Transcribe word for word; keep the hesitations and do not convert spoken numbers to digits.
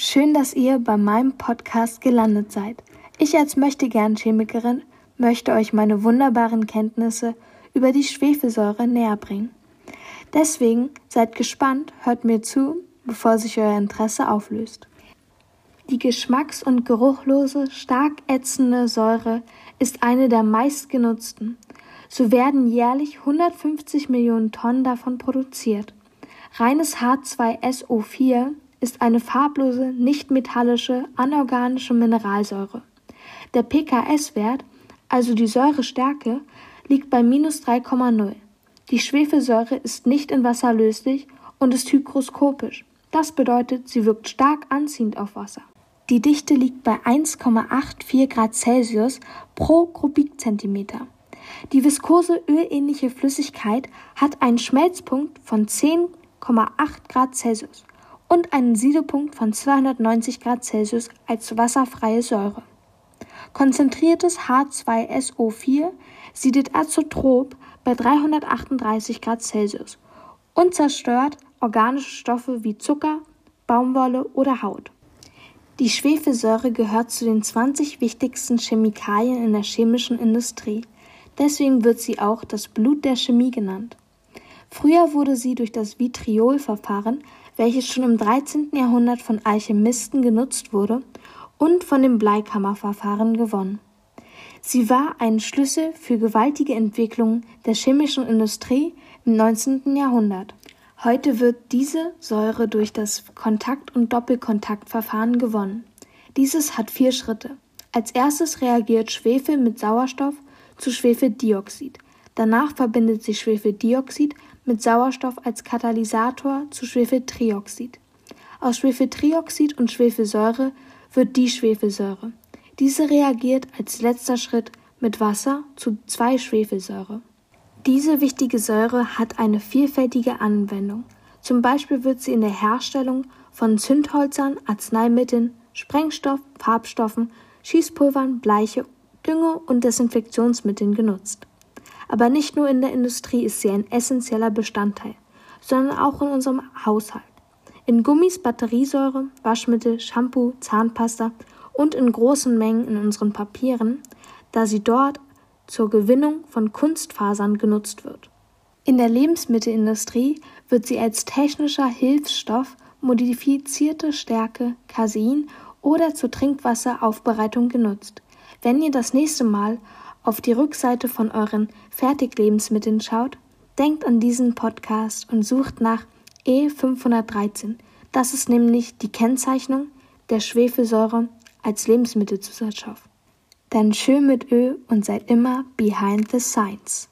Schön, dass ihr bei meinem Podcast gelandet seid. Ich als Möchtegern-Chemikerin möchte euch meine wunderbaren Kenntnisse über die Schwefelsäure näher bringen. Deswegen seid gespannt, hört mir zu, bevor sich euer Interesse auflöst. Die geschmacks- und geruchlose, stark ätzende Säure ist eine der meistgenutzten. So werden jährlich hundertfünfzig Millionen Tonnen davon produziert. Reines H zwei S O vier ist eine farblose, nichtmetallische, anorganische Mineralsäure. Der P K S-Wert, also die Säurestärke, liegt bei minus drei Komma null. Die Schwefelsäure ist nicht in Wasser löslich und ist hygroskopisch. Das bedeutet, sie wirkt stark anziehend auf Wasser. Die Dichte liegt bei eins Komma vierundachtzig Grad Celsius pro Kubikzentimeter. Die viskose ölähnliche Flüssigkeit hat einen Schmelzpunkt von zehn Komma acht Grad Celsius und einen Siedepunkt von zweihundertneunzig Grad Celsius als wasserfreie Säure. Konzentriertes H zwei S O vier siedet azeotrop bei dreihundertachtunddreißig Grad Celsius und zerstört organische Stoffe wie Zucker, Baumwolle oder Haut. Die Schwefelsäure gehört zu den zwanzig wichtigsten Chemikalien in der chemischen Industrie. Deswegen wird sie auch das Blut der Chemie genannt. Früher wurde sie durch das Vitriolverfahren, welches schon im dreizehnten Jahrhundert von Alchemisten genutzt wurde, und von dem Bleikammerverfahren gewonnen. Sie war ein Schlüssel für gewaltige Entwicklungen der chemischen Industrie im neunzehnten Jahrhundert. Heute wird diese Säure durch das Kontakt- und Doppelkontaktverfahren gewonnen. Dieses hat vier Schritte. Als erstes reagiert Schwefel mit Sauerstoff zu Schwefeldioxid. Danach verbindet sich Schwefeldioxid mit Sauerstoff als Katalysator zu Schwefeltrioxid. Aus Schwefeltrioxid und Schwefelsäure wird Dischwefelsäure. Diese reagiert als letzter Schritt mit Wasser zu zwei Schwefelsäure. Diese wichtige Säure hat eine vielfältige Anwendung. Zum Beispiel wird sie in der Herstellung von Zündhölzern, Arzneimitteln, Sprengstoff, Farbstoffen, Schießpulvern, Bleiche, Dünge und Desinfektionsmitteln genutzt. Aber nicht nur in der Industrie ist sie ein essentieller Bestandteil, sondern auch in unserem Haushalt. In Gummis, Batteriesäure, Waschmittel, Shampoo, Zahnpasta und in großen Mengen in unseren Papieren, da sie dort zur Gewinnung von Kunstfasern genutzt wird. In der Lebensmittelindustrie wird sie als technischer Hilfsstoff, modifizierte Stärke, Casein oder zur Trinkwasseraufbereitung genutzt. Wenn ihr das nächste Mal auf die Rückseite von euren Fertiglebensmitteln schaut, denkt an diesen Podcast und sucht nach E fünfhundertdreizehn. Das ist nämlich die Kennzeichnung der Schwefelsäure als Lebensmittelzusatzstoff. Dann schön mit Ö und seid immer behind the science.